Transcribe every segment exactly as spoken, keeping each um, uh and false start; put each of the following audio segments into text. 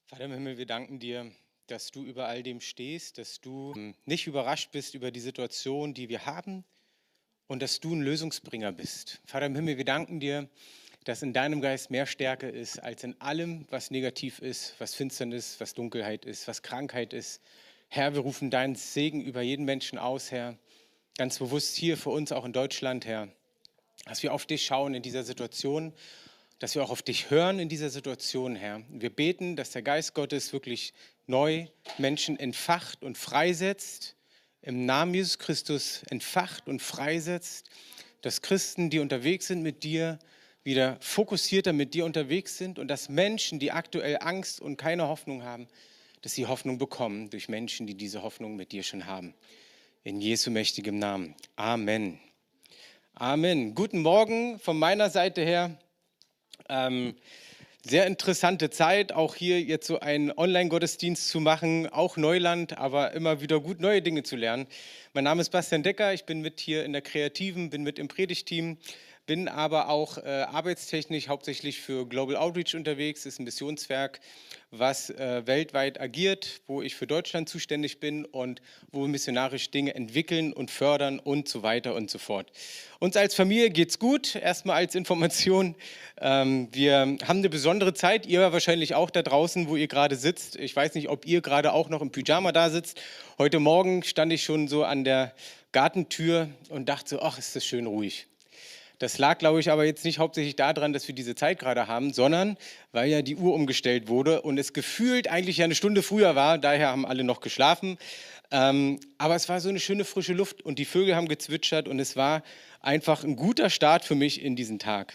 Vater im Himmel, wir danken dir, dass du über all dem stehst, dass du ähm, nicht überrascht bist über die Situation, die wir haben und dass du ein Lösungsbringer bist. Vater im Himmel, wir danken dir, dass in deinem Geist mehr Stärke ist als in allem, was negativ ist, was Finsternis, was Dunkelheit ist, was Krankheit ist. Herr, wir rufen deinen Segen über jeden Menschen aus, Herr, ganz bewusst hier für uns auch in Deutschland, Herr, dass wir auf dich schauen in dieser Situation, dass wir auch auf dich hören in dieser Situation, Herr. Wir beten, dass der Geist Gottes wirklich neu Menschen entfacht und freisetzt, im Namen Jesus Christus entfacht und freisetzt, dass Christen, die unterwegs sind mit dir, wieder fokussierter mit dir unterwegs sind und dass Menschen, die aktuell Angst und keine Hoffnung haben, dass sie Hoffnung bekommen durch Menschen, die diese Hoffnung mit dir schon haben. In Jesu mächtigem Namen. Amen. Amen. Guten Morgen von meiner Seite her. Ähm, sehr interessante Zeit, auch hier jetzt so einen Online-Gottesdienst zu machen, auch Neuland, aber immer wieder gut, neue Dinge zu lernen. Mein Name ist Bastian Decker, ich bin mit hier in der Kreativen, bin mit im Predigteam, bin aber auch äh, arbeitstechnisch hauptsächlich für Global Outreach unterwegs, das ist ein Missionswerk, was äh, weltweit agiert, wo ich für Deutschland zuständig bin und wo wir missionarisch Dinge entwickeln und fördern und so weiter und so fort. Uns als Familie geht's gut, erstmal als Information. Ähm, wir haben eine besondere Zeit, ihr wahrscheinlich auch da draußen, wo ihr gerade sitzt. Ich weiß nicht, ob ihr gerade auch noch im Pyjama da sitzt. Heute Morgen stand ich schon so an der Gartentür und dachte so, ach, ist das schön ruhig. Das lag, glaube ich, aber jetzt nicht hauptsächlich daran, dass wir diese Zeit gerade haben, sondern weil ja die Uhr umgestellt wurde und es gefühlt eigentlich ja eine Stunde früher war. Daher haben alle noch geschlafen. Ähm, aber es war so eine schöne frische Luft und die Vögel haben gezwitschert und es war einfach ein guter Start für mich in diesen Tag.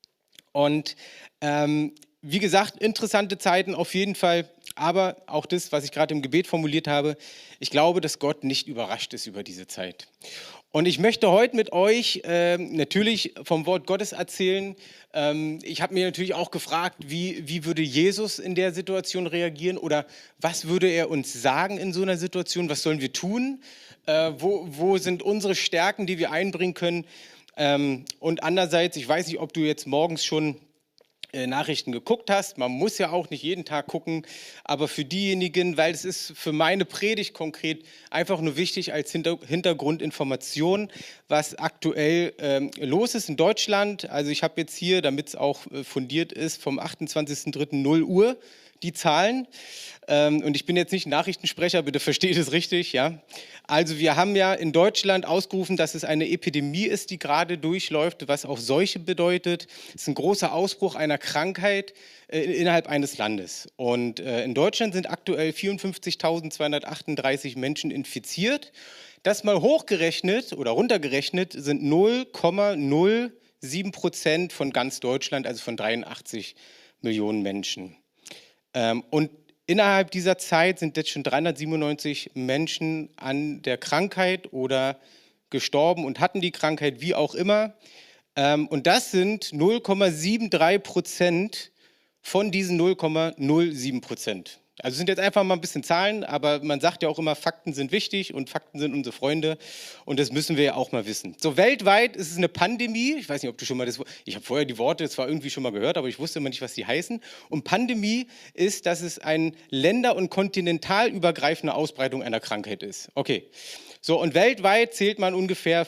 Und ähm, wie gesagt, interessante Zeiten auf jeden Fall, aber auch das, was ich gerade im Gebet formuliert habe, ich glaube, dass Gott nicht überrascht ist über diese Zeit. Und ich möchte heute mit euch ähm, natürlich vom Wort Gottes erzählen. Ähm, ich habe mir natürlich auch gefragt, wie, wie würde Jesus in der Situation reagieren oder was würde er uns sagen in so einer Situation, was sollen wir tun, äh, wo, wo sind unsere Stärken, die wir einbringen können. Ähm, und andererseits, ich weiß nicht, ob du jetzt morgens schon Nachrichten geguckt hast. Man muss ja auch nicht jeden Tag gucken, aber für diejenigen, weil es ist für meine Predigt konkret einfach nur wichtig als Hinter- Hintergrundinformation, was aktuell ähm, los ist in Deutschland. Also ich habe jetzt hier, damit es auch äh, fundiert ist, vom achtundzwanzigsten dritten null Uhr die Zahlen. Ähm, und ich bin jetzt nicht Nachrichtensprecher, bitte versteht es richtig. Ja? Also wir haben ja in Deutschland ausgerufen, dass es eine Epidemie ist, die gerade durchläuft, was auch Seuche bedeutet. Es ist ein großer Ausbruch einer Krankheit äh, innerhalb eines Landes. Und äh, in Deutschland sind aktuell vierundfünfzigtausendzweihundertachtunddreißig Menschen infiziert. Das mal hochgerechnet oder runtergerechnet sind null Komma null sieben Prozent von ganz Deutschland, also von dreiundachtzig Millionen Menschen. Ähm, und innerhalb dieser Zeit sind jetzt schon dreihundertsiebenundneunzig Menschen an der Krankheit oder gestorben und hatten die Krankheit, wie auch immer. Ähm, und das sind null Komma drei sieben Prozent von diesen null Komma null sieben Prozent. Also sind jetzt einfach mal ein bisschen Zahlen, aber man sagt ja auch immer, Fakten sind wichtig und Fakten sind unsere Freunde und das müssen wir ja auch mal wissen. So, weltweit ist es eine Pandemie. Ich weiß nicht, ob du schon mal das, ich habe vorher die Worte zwar irgendwie schon mal gehört, aber ich wusste immer nicht, was die heißen. Und Pandemie ist, dass es eine länder- und kontinentalübergreifende Ausbreitung einer Krankheit ist. Okay. So, und weltweit zählt man ungefähr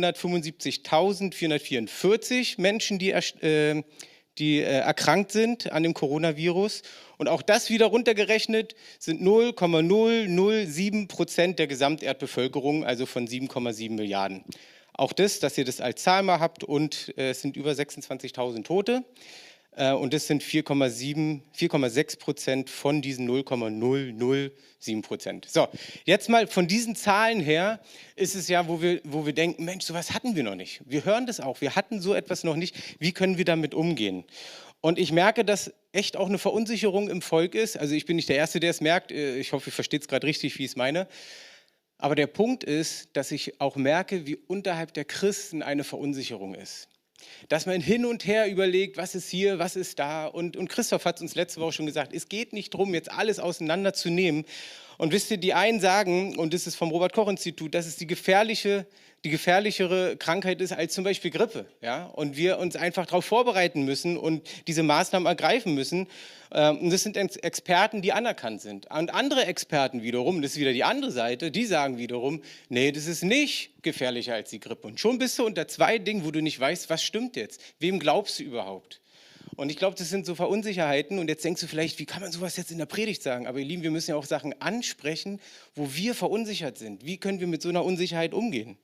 fünfhundertfünfundsiebzigtausendvierhundertvierundvierzig Menschen, die äh, die äh, erkrankt sind an dem Coronavirus. Und auch das wieder runtergerechnet sind null Komma null null sieben Prozent der Gesamterdbevölkerung, also von sieben Komma sieben Milliarden. Auch das, dass ihr das als Zahl mal habt und äh, es sind über sechsundzwanzigtausend Tote. Äh, und das sind vier Komma sechs Prozent von diesen null Komma null null sieben Prozent. So, jetzt mal von diesen Zahlen her ist es ja, wo wir, wo wir denken, Mensch, sowas hatten wir noch nicht. Wir hören das auch, wir hatten so etwas noch nicht. Wie können wir damit umgehen? Und ich merke, dass echt auch eine Verunsicherung im Volk ist. Also ich bin nicht der Erste, der es merkt. Ich hoffe, ihr versteht es gerade richtig, wie ich es meine. Aber der Punkt ist, dass ich auch merke, wie unterhalb der Christen eine Verunsicherung ist. Dass man hin und her überlegt, was ist hier, was ist da. Und, und Christoph hat es uns letzte Woche schon gesagt, es geht nicht darum, jetzt alles auseinanderzunehmen. Und wisst ihr, die einen sagen, und das ist vom Robert-Koch-Institut, das ist die gefährliche die gefährlichere Krankheit ist als zum Beispiel Grippe. Ja? Und wir uns einfach darauf vorbereiten müssen und diese Maßnahmen ergreifen müssen. Und das sind Experten, die anerkannt sind. Und andere Experten wiederum, das ist wieder die andere Seite, die sagen wiederum, nee, das ist nicht gefährlicher als die Grippe. Und schon bist du unter zwei Dingen, wo du nicht weißt, was stimmt jetzt? Wem glaubst du überhaupt? Und ich glaube, das sind so Verunsicherheiten. Und jetzt denkst du vielleicht, wie kann man sowas jetzt in der Predigt sagen? Aber ihr Lieben, wir müssen ja auch Sachen ansprechen, wo wir verunsichert sind. Wie können wir mit so einer Unsicherheit umgehen?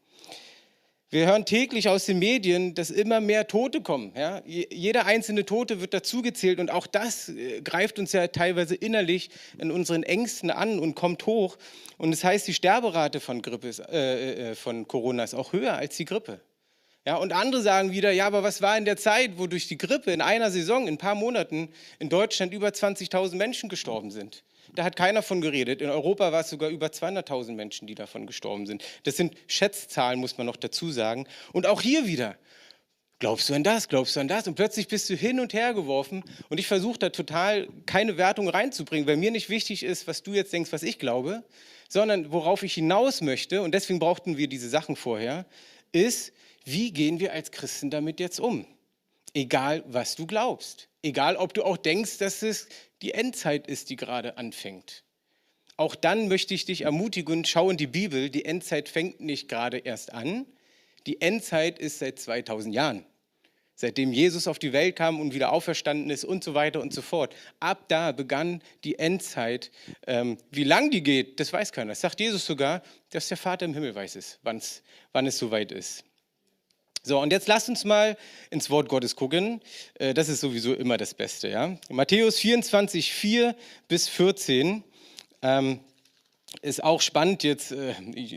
Wir hören täglich aus den Medien, dass immer mehr Tote kommen. Ja? Jeder einzelne Tote wird dazugezählt und auch das äh, greift uns ja teilweise innerlich in unseren Ängsten an und kommt hoch. Und das heißt, die Sterberate von, Grippe ist, äh, äh, von Corona ist auch höher als die Grippe. Ja, und andere sagen wieder, ja, aber was war in der Zeit, wo durch die Grippe in einer Saison, in ein paar Monaten in Deutschland über zwanzigtausend Menschen gestorben sind? Da hat keiner von geredet. In Europa war es sogar über zweihunderttausend Menschen, die davon gestorben sind. Das sind Schätzzahlen, muss man noch dazu sagen. Und auch hier wieder, glaubst du an das, glaubst du an das? Und plötzlich bist du hin und her geworfen. Und ich versuche da total keine Wertung reinzubringen, weil mir nicht wichtig ist, was du jetzt denkst, was ich glaube, sondern worauf ich hinaus möchte, und deswegen brauchten wir diese Sachen vorher, ist, wie gehen wir als Christen damit jetzt um? Egal, was du glaubst. Egal, ob du auch denkst, dass es die Endzeit ist, die gerade anfängt. Auch dann möchte ich dich ermutigen, schau in die Bibel, die Endzeit fängt nicht gerade erst an. Die Endzeit ist seit zweitausend Jahren. Seitdem Jesus auf die Welt kam und wieder auferstanden ist und so weiter und so fort. Ab da begann die Endzeit. Ähm, wie lang die geht, das weiß keiner. Das sagt Jesus sogar, dass der Vater im Himmel weiß es, wann's, wann es soweit ist. So, und jetzt lasst uns mal ins Wort Gottes gucken. Das ist sowieso immer das Beste. Ja? Matthäus vierundzwanzig, vier bis vierzehn ähm, ist auch spannend jetzt. Äh, ich,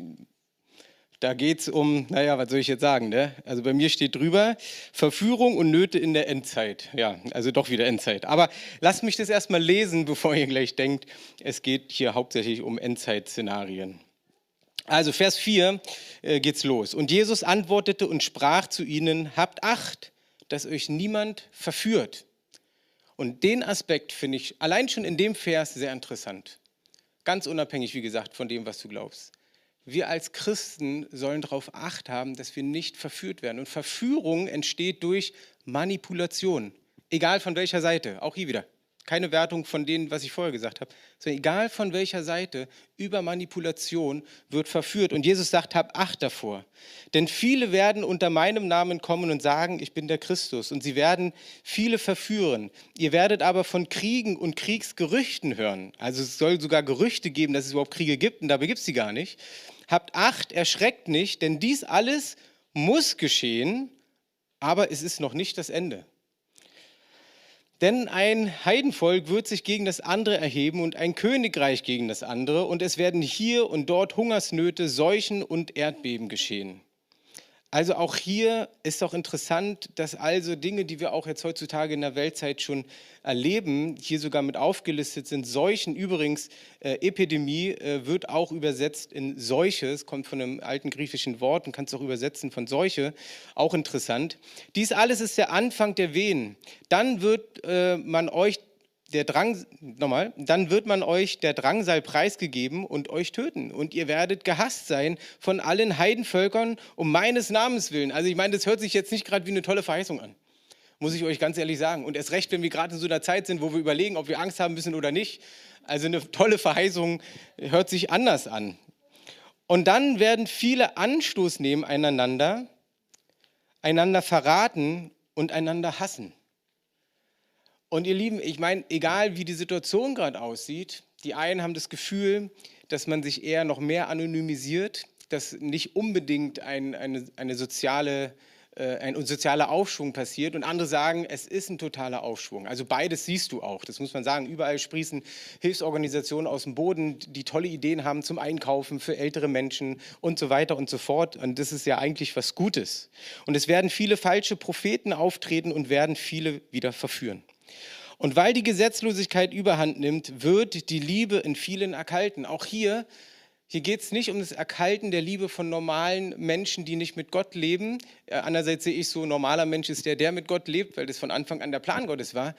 da geht es um, naja, was soll ich jetzt sagen? Ne? Also bei mir steht drüber, Verführung und Nöte in der Endzeit. Ja, also doch wieder Endzeit. Aber lasst mich das erstmal lesen, bevor ihr gleich denkt, es geht hier hauptsächlich um Endzeit-Szenarien. Also Vers vier äh, geht's los. Und Jesus antwortete und sprach zu ihnen, habt Acht, dass euch niemand verführt. Und den Aspekt finde ich allein schon in dem Vers sehr interessant. Ganz unabhängig, wie gesagt, von dem, was du glaubst. Wir als Christen sollen darauf Acht haben, dass wir nicht verführt werden. Und Verführung entsteht durch Manipulation. Egal von welcher Seite, auch hier wieder. Keine Wertung von denen, was ich vorher gesagt habe, sondern egal von welcher Seite, über Manipulation wird verführt. Und Jesus sagt, hab Acht davor. Denn viele werden unter meinem Namen kommen und sagen, ich bin der Christus. Und sie werden viele verführen. Ihr werdet aber von Kriegen und Kriegsgerüchten hören. Also es soll sogar Gerüchte geben, dass es überhaupt Kriege gibt, und dabei gibt es sie gar nicht. Habt Acht, erschreckt nicht, denn dies alles muss geschehen, aber es ist noch nicht das Ende. Denn ein Heidenvolk wird sich gegen das andere erheben und ein Königreich gegen das andere. Und es werden hier und dort Hungersnöte, Seuchen und Erdbeben geschehen. Also auch hier ist doch interessant, dass also Dinge, die wir auch jetzt heutzutage in der Weltzeit schon erleben, hier sogar mit aufgelistet sind. Seuchen, übrigens, äh, Epidemie äh, wird auch übersetzt in Seuche. Es kommt von einem alten griechischen Wort und kannst auch übersetzen von Seuche. Auch interessant. Dies alles ist der Anfang der Wehen. Dann wird äh, man euch Der Drang, nochmal, dann wird man euch der Drangsal preisgegeben und euch töten. Und ihr werdet gehasst sein von allen Heidenvölkern um meines Namens willen. Also ich meine, das hört sich jetzt nicht gerade wie eine tolle Verheißung an. Muss ich euch ganz ehrlich sagen. Und erst recht, wenn wir gerade in so einer Zeit sind, wo wir überlegen, ob wir Angst haben müssen oder nicht. Also eine tolle Verheißung hört sich anders an. Und dann werden viele Anstoß nehmen einander, einander verraten und einander hassen. Und ihr Lieben, ich meine, egal wie die Situation gerade aussieht, die einen haben das Gefühl, dass man sich eher noch mehr anonymisiert, dass nicht unbedingt ein, eine, eine soziale, äh, ein sozialer Aufschwung passiert, und andere sagen, es ist ein totaler Aufschwung. Also beides siehst du auch, das muss man sagen. Überall sprießen Hilfsorganisationen aus dem Boden, die tolle Ideen haben zum Einkaufen für ältere Menschen und so weiter und so fort. Und das ist ja eigentlich was Gutes. Und es werden viele falsche Propheten auftreten und werden viele wieder verführen. Und weil die Gesetzlosigkeit überhand nimmt, wird die Liebe in vielen erkalten. Auch hier, hier geht es nicht um das Erkalten der Liebe von normalen Menschen, die nicht mit Gott leben. Andererseits sehe ich so, normaler Mensch ist der, der mit Gott lebt, weil das von Anfang an der Plan Gottes war.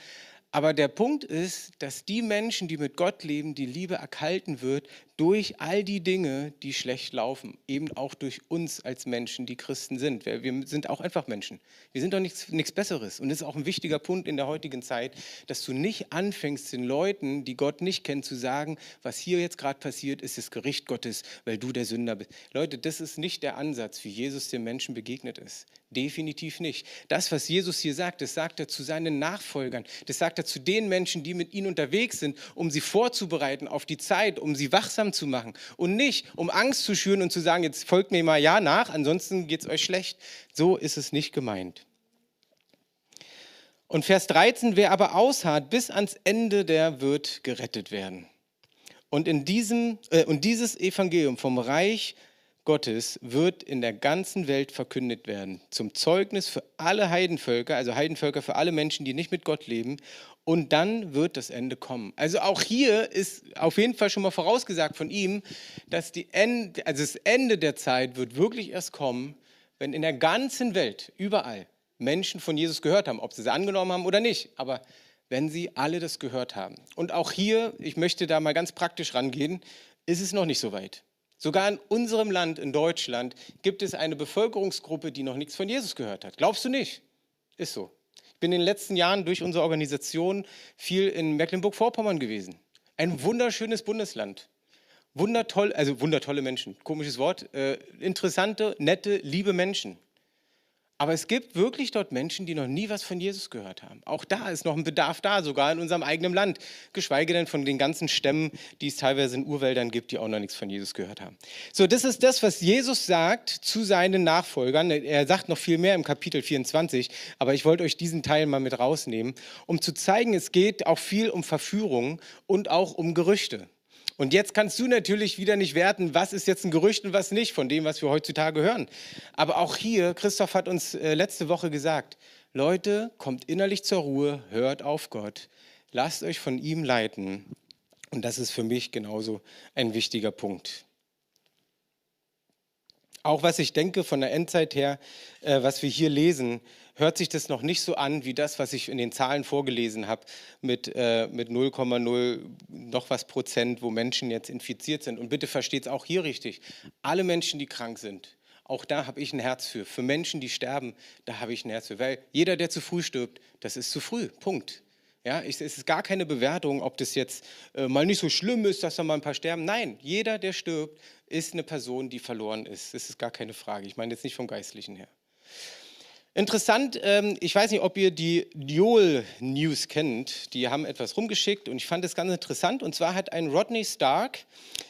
Aber der Punkt ist, dass die Menschen, die mit Gott leben, die Liebe erkalten wird durch all die Dinge, die schlecht laufen. Eben auch durch uns als Menschen, die Christen sind. Wir, wir sind auch einfach Menschen. Wir sind doch nichts, nichts Besseres. Und das ist auch ein wichtiger Punkt in der heutigen Zeit, dass du nicht anfängst, den Leuten, die Gott nicht kennen, zu sagen, was hier jetzt gerade passiert, ist das Gericht Gottes, weil du der Sünder bist. Leute, das ist nicht der Ansatz, wie Jesus den Menschen begegnet ist. Definitiv nicht. Das, was Jesus hier sagt, das sagt er zu seinen Nachfolgern. Das sagt er zu den Menschen, die mit ihm unterwegs sind, um sie vorzubereiten auf die Zeit, um sie wachsam zu machen. Und nicht, um Angst zu schüren und zu sagen, jetzt folgt mir mal ja nach, ansonsten geht es euch schlecht. So ist es nicht gemeint. Und Vers dreizehn, wer aber ausharrt bis ans Ende, der wird gerettet werden. Und, in diesem, äh, und dieses Evangelium vom Reich Gottes wird in der ganzen Welt verkündet werden, zum Zeugnis für alle Heidenvölker, also Heidenvölker für alle Menschen, die nicht mit Gott leben, und dann wird das Ende kommen. Also auch hier ist auf jeden Fall schon mal vorausgesagt von ihm, dass die End, also das Ende der Zeit wird wirklich erst kommen, wenn in der ganzen Welt, überall, Menschen von Jesus gehört haben, ob sie sie angenommen haben oder nicht, aber wenn sie alle das gehört haben. Und auch hier, ich möchte da mal ganz praktisch rangehen, ist es noch nicht so weit. Sogar in unserem Land, in Deutschland, gibt es eine Bevölkerungsgruppe, die noch nichts von Jesus gehört hat. Glaubst du nicht? Ist so. Ich bin in den letzten Jahren durch unsere Organisation viel in Mecklenburg-Vorpommern gewesen. Ein wunderschönes Bundesland. Wundertoll, also wundertolle Menschen, komisches Wort. Äh, interessante, nette, liebe Menschen. Aber es gibt wirklich dort Menschen, die noch nie was von Jesus gehört haben. Auch da ist noch ein Bedarf da, sogar in unserem eigenen Land. Geschweige denn von den ganzen Stämmen, die es teilweise in Urwäldern gibt, die auch noch nichts von Jesus gehört haben. So, das ist das, was Jesus sagt zu seinen Nachfolgern. Er sagt noch viel mehr im Kapitel vierundzwanzig, aber ich wollte euch diesen Teil mal mit rausnehmen, um zu zeigen, es geht auch viel um Verführung und auch um Gerüchte. Und jetzt kannst du natürlich wieder nicht werten, was ist jetzt ein Gerücht und was nicht, von dem, was wir heutzutage hören. Aber auch hier, Christoph hat uns äh, letzte Woche gesagt, Leute, kommt innerlich zur Ruhe, hört auf Gott, lasst euch von ihm leiten. Und das ist für mich genauso ein wichtiger Punkt. Auch was ich denke von der Endzeit her, äh, was wir hier lesen, hört sich das noch nicht so an wie das, was ich in den Zahlen vorgelesen habe, mit, äh, mit null Komma null noch was Prozent, wo Menschen jetzt infiziert sind. Und bitte versteht es auch hier richtig. Alle Menschen, die krank sind, auch da habe ich ein Herz für. Für Menschen, die sterben, da habe ich ein Herz für. Weil jeder, der zu früh stirbt, das ist zu früh. Punkt. Ja, es ist gar keine Bewertung, ob das jetzt äh, mal nicht so schlimm ist, dass da mal ein paar sterben. Nein, jeder, der stirbt, ist eine Person, die verloren ist. Das ist gar keine Frage. Ich meine jetzt nicht vom Geistlichen her. Interessant, ähm, ich weiß nicht, ob ihr die Joel News kennt. Die haben etwas rumgeschickt und ich fand das ganz interessant. Und zwar hat ein Rodney Stark,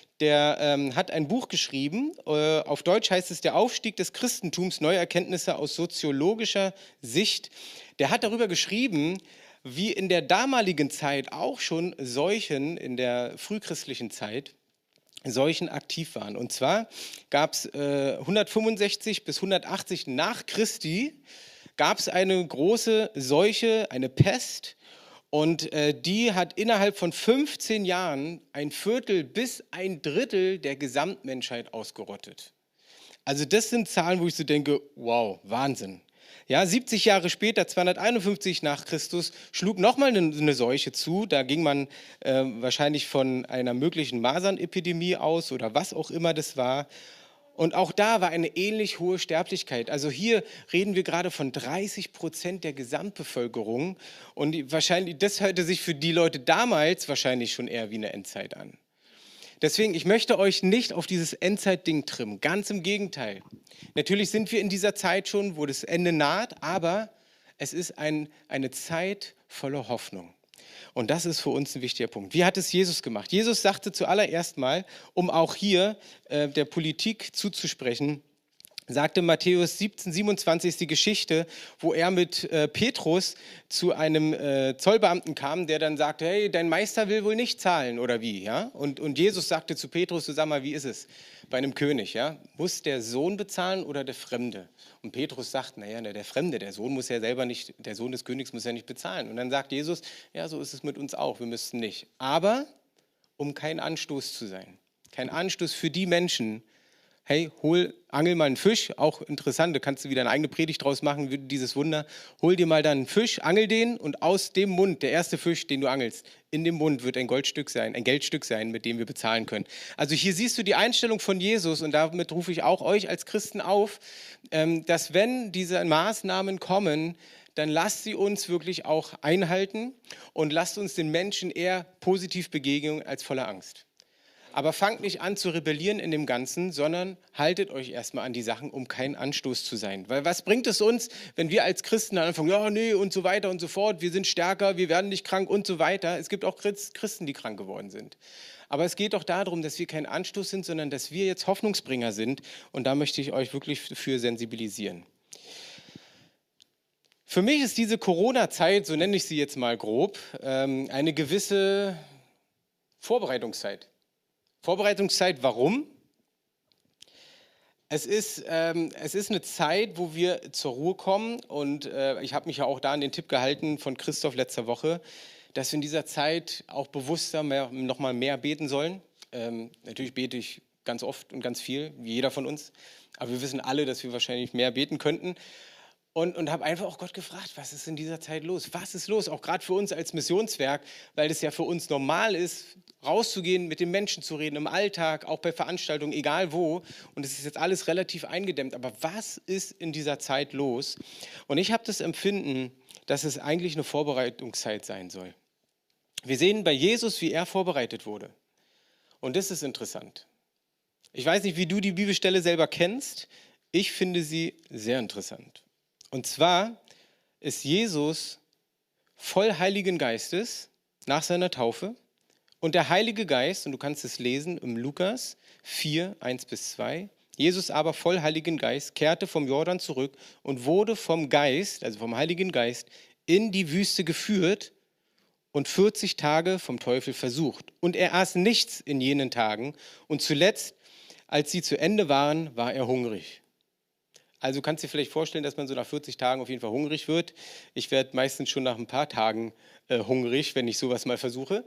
der ähm, hat ein Buch geschrieben. Äh, auf Deutsch heißt es Der Aufstieg des Christentums, neue Erkenntnisse aus soziologischer Sicht. Der hat darüber geschrieben, wie in der damaligen Zeit auch schon Seuchen, in der frühchristlichen Zeit, Seuchen aktiv waren. Und zwar gab es äh, hundertfünfundsechzig bis hundertachtzig nach Christi gab es eine große Seuche, eine Pest, und äh, die hat innerhalb von fünfzehn Jahren ein Viertel bis ein Drittel der Gesamtmenschheit ausgerottet. Also das sind Zahlen, wo ich so denke, wow, Wahnsinn. Ja, siebzig Jahre später, zweihunderteinundfünfzig nach Christus, schlug nochmal eine, eine Seuche zu. Da ging man äh, wahrscheinlich von einer möglichen Masernepidemie aus oder was auch immer das war. Und auch da war eine ähnlich hohe Sterblichkeit. Also hier reden wir gerade von dreißig Prozent der Gesamtbevölkerung. Und die, wahrscheinlich, das hörte sich für die Leute damals wahrscheinlich schon eher wie eine Endzeit an. Deswegen, ich möchte euch nicht auf dieses Endzeit-Ding trimmen, ganz im Gegenteil. Natürlich sind wir in dieser Zeit schon, wo das Ende naht, aber es ist ein, eine Zeit voller Hoffnung. Und das ist für uns ein wichtiger Punkt. Wie hat es Jesus gemacht? Jesus sagte zuallererst mal, um auch hier äh, der Politik zuzusprechen, sagte Matthäus siebzehn, siebenundzwanzig ist die Geschichte, wo er mit äh, Petrus zu einem äh, Zollbeamten kam, der dann sagte, hey, dein Meister will wohl nicht zahlen oder wie? Ja? Und, und Jesus sagte zu Petrus, so, sag mal, wie ist es bei einem König? Ja? Muss der Sohn bezahlen oder der Fremde? Und Petrus sagt, naja, der Fremde, der Sohn muss ja selber nicht, der Sohn des Königs muss ja nicht bezahlen. Und dann sagt Jesus, ja, so ist es mit uns auch, wir müssten nicht. Aber um kein Anstoß zu sein, kein Anstoß für die Menschen, hey, hol, angel mal einen Fisch, auch interessant, da kannst du wieder eine eigene Predigt draus machen, dieses Wunder. Hol dir mal dann einen Fisch, angel den und aus dem Mund, der erste Fisch, den du angelst, in dem Mund wird ein Goldstück sein, ein Geldstück sein, mit dem wir bezahlen können. Also hier siehst du die Einstellung von Jesus und damit rufe ich auch euch als Christen auf, dass wenn diese Maßnahmen kommen, dann lasst sie uns wirklich auch einhalten und lasst uns den Menschen eher positiv begegnen als voller Angst. Aber fangt nicht an zu rebellieren in dem Ganzen, sondern haltet euch erstmal an die Sachen, um kein Anstoß zu sein. Weil was bringt es uns, wenn wir als Christen dann anfangen, ja, nee und so weiter und so fort, wir sind stärker, wir werden nicht krank und so weiter. Es gibt auch Christen, die krank geworden sind. Aber es geht doch darum, dass wir kein Anstoß sind, sondern dass wir jetzt Hoffnungsbringer sind. Und da möchte ich euch wirklich für sensibilisieren. Für mich ist diese Corona-Zeit, so nenne ich sie jetzt mal grob, eine gewisse Vorbereitungszeit. Vorbereitungszeit, warum? Es ist, ähm, es ist eine Zeit, wo wir zur Ruhe kommen und äh, ich habe mich ja auch da an den Tipp gehalten von Christoph letzter Woche, dass wir in dieser Zeit auch bewusster mehr, noch mal mehr beten sollen. Ähm, natürlich bete ich ganz oft und ganz viel, wie jeder von uns, aber wir wissen alle, dass wir wahrscheinlich mehr beten könnten. Und, und habe einfach auch Gott gefragt, was ist in dieser Zeit los? Was ist los? Auch gerade für uns als Missionswerk, weil es ja für uns normal ist, rauszugehen, mit den Menschen zu reden, im Alltag, auch bei Veranstaltungen, egal wo. Und es ist jetzt alles relativ eingedämmt. Aber was ist in dieser Zeit los? Und ich habe das Empfinden, dass es eigentlich eine Vorbereitungszeit sein soll. Wir sehen bei Jesus, wie er vorbereitet wurde. Und das ist interessant. Ich weiß nicht, wie du die Bibelstelle selber kennst. Ich finde sie sehr interessant. Und zwar ist Jesus voll Heiligen Geistes nach seiner Taufe und der Heilige Geist, und du kannst es lesen im Lukas vier, eins bis zwei, Jesus aber voll Heiligen Geist kehrte vom Jordan zurück und wurde vom Geist, also vom Heiligen Geist, in die Wüste geführt und vierzig Tage vom Teufel versucht. Und er aß nichts in jenen Tagen und zuletzt, als sie zu Ende waren, war er hungrig. Also kannst du dir vielleicht vorstellen, dass man so nach vierzig Tagen auf jeden Fall hungrig wird. Ich werde meistens schon nach ein paar Tagen äh, hungrig, wenn ich sowas mal versuche.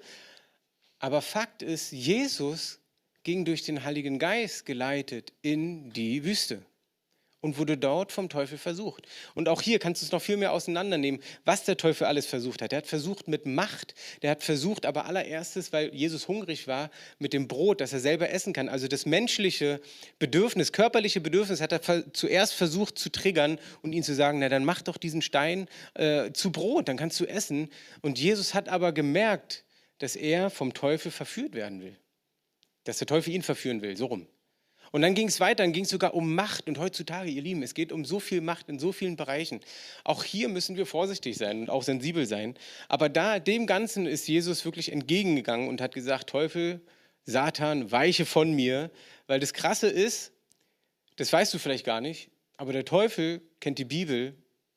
Aber Fakt ist, Jesus ging durch den Heiligen Geist geleitet in die Wüste und wurde dort vom Teufel versucht. Und auch hier kannst du es noch viel mehr auseinandernehmen, was der Teufel alles versucht hat. Er hat versucht mit Macht, der hat versucht aber allererstes, weil Jesus hungrig war, mit dem Brot, das er selber essen kann. Also das menschliche Bedürfnis, körperliche Bedürfnis hat er zuerst versucht zu triggern und ihn zu sagen, na dann mach doch diesen Stein äh, zu Brot, dann kannst du essen. Und Jesus hat aber gemerkt, dass er vom Teufel verführt werden will. Dass der Teufel ihn verführen will, so rum. Und dann ging es weiter, dann ging es sogar um Macht. Und heutzutage, ihr Lieben, es geht um so viel Macht in so vielen Bereichen. Auch hier müssen wir vorsichtig sein und auch sensibel sein. Aber da, dem Ganzen ist Jesus wirklich entgegengegangen und hat gesagt, Teufel, Satan, weiche von mir. Weil das Krasse ist, das weißt du vielleicht gar nicht, aber der Teufel kennt die Bibel,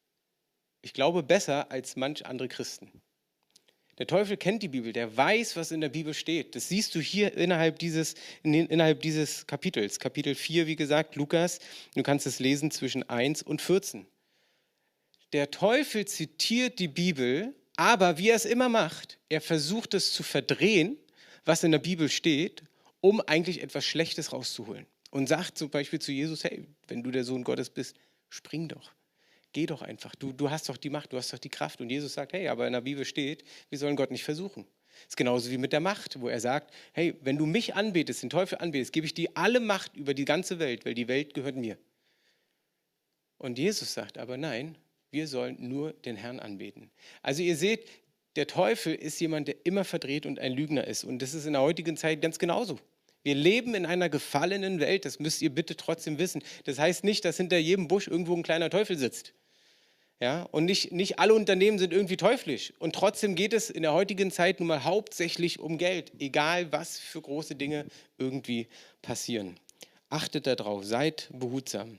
ich glaube, besser als manch andere Christen. Der Teufel kennt die Bibel, der weiß, was in der Bibel steht. Das siehst du hier innerhalb dieses, innerhalb dieses Kapitels. Kapitel vier, wie gesagt, Lukas. Du kannst es lesen zwischen eins und vierzehn. Der Teufel zitiert die Bibel, aber wie er es immer macht, er versucht es zu verdrehen, was in der Bibel steht, um eigentlich etwas Schlechtes rauszuholen. Und sagt zum Beispiel zu Jesus, hey, wenn du der Sohn Gottes bist, spring doch. Geh doch einfach, du, du hast doch die Macht, du hast doch die Kraft. Und Jesus sagt, hey, aber in der Bibel steht, wir sollen Gott nicht versuchen. Das ist genauso wie mit der Macht, wo er sagt, hey, wenn du mich anbetest, den Teufel anbetest, gebe ich dir alle Macht über die ganze Welt, weil die Welt gehört mir. Und Jesus sagt aber, nein, wir sollen nur den Herrn anbeten. Also ihr seht, der Teufel ist jemand, der immer verdreht und ein Lügner ist. Und das ist in der heutigen Zeit ganz genauso. Wir leben in einer gefallenen Welt, das müsst ihr bitte trotzdem wissen. Das heißt nicht, dass hinter jedem Busch irgendwo ein kleiner Teufel sitzt. Ja, und nicht, nicht alle Unternehmen sind irgendwie teuflisch. Und trotzdem geht es in der heutigen Zeit nun mal hauptsächlich um Geld, egal was für große Dinge irgendwie passieren. Achtet darauf, seid behutsam.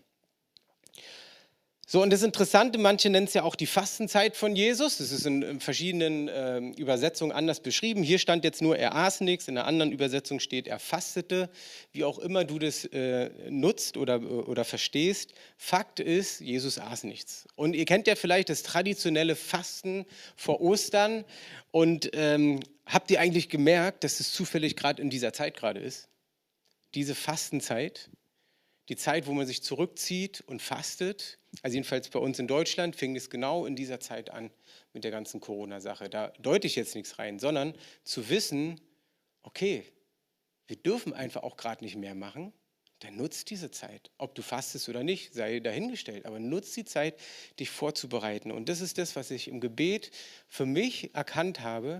So, und das Interessante, manche nennen es ja auch die Fastenzeit von Jesus. Das ist in, in verschiedenen äh, Übersetzungen anders beschrieben. Hier stand jetzt nur, er aß nichts. In der anderen Übersetzung steht, er fastete. Wie auch immer du das äh, nutzt oder, oder verstehst. Fakt ist, Jesus aß nichts. Und ihr kennt ja vielleicht das traditionelle Fasten vor Ostern. Und ähm, habt ihr eigentlich gemerkt, dass es zufällig gerade in dieser Zeit gerade ist? Diese Fastenzeit. die Zeit, wo man sich zurückzieht und fastet. Also jedenfalls bei uns in Deutschland fing es genau in dieser Zeit an mit der ganzen Corona-Sache. Da deute ich jetzt nichts rein, sondern zu wissen, okay, wir dürfen einfach auch gerade nicht mehr machen, dann nutzt diese Zeit. Ob du fastest oder nicht, sei dahingestellt, aber nutzt die Zeit, dich vorzubereiten. Und das ist das, was ich im Gebet für mich erkannt habe.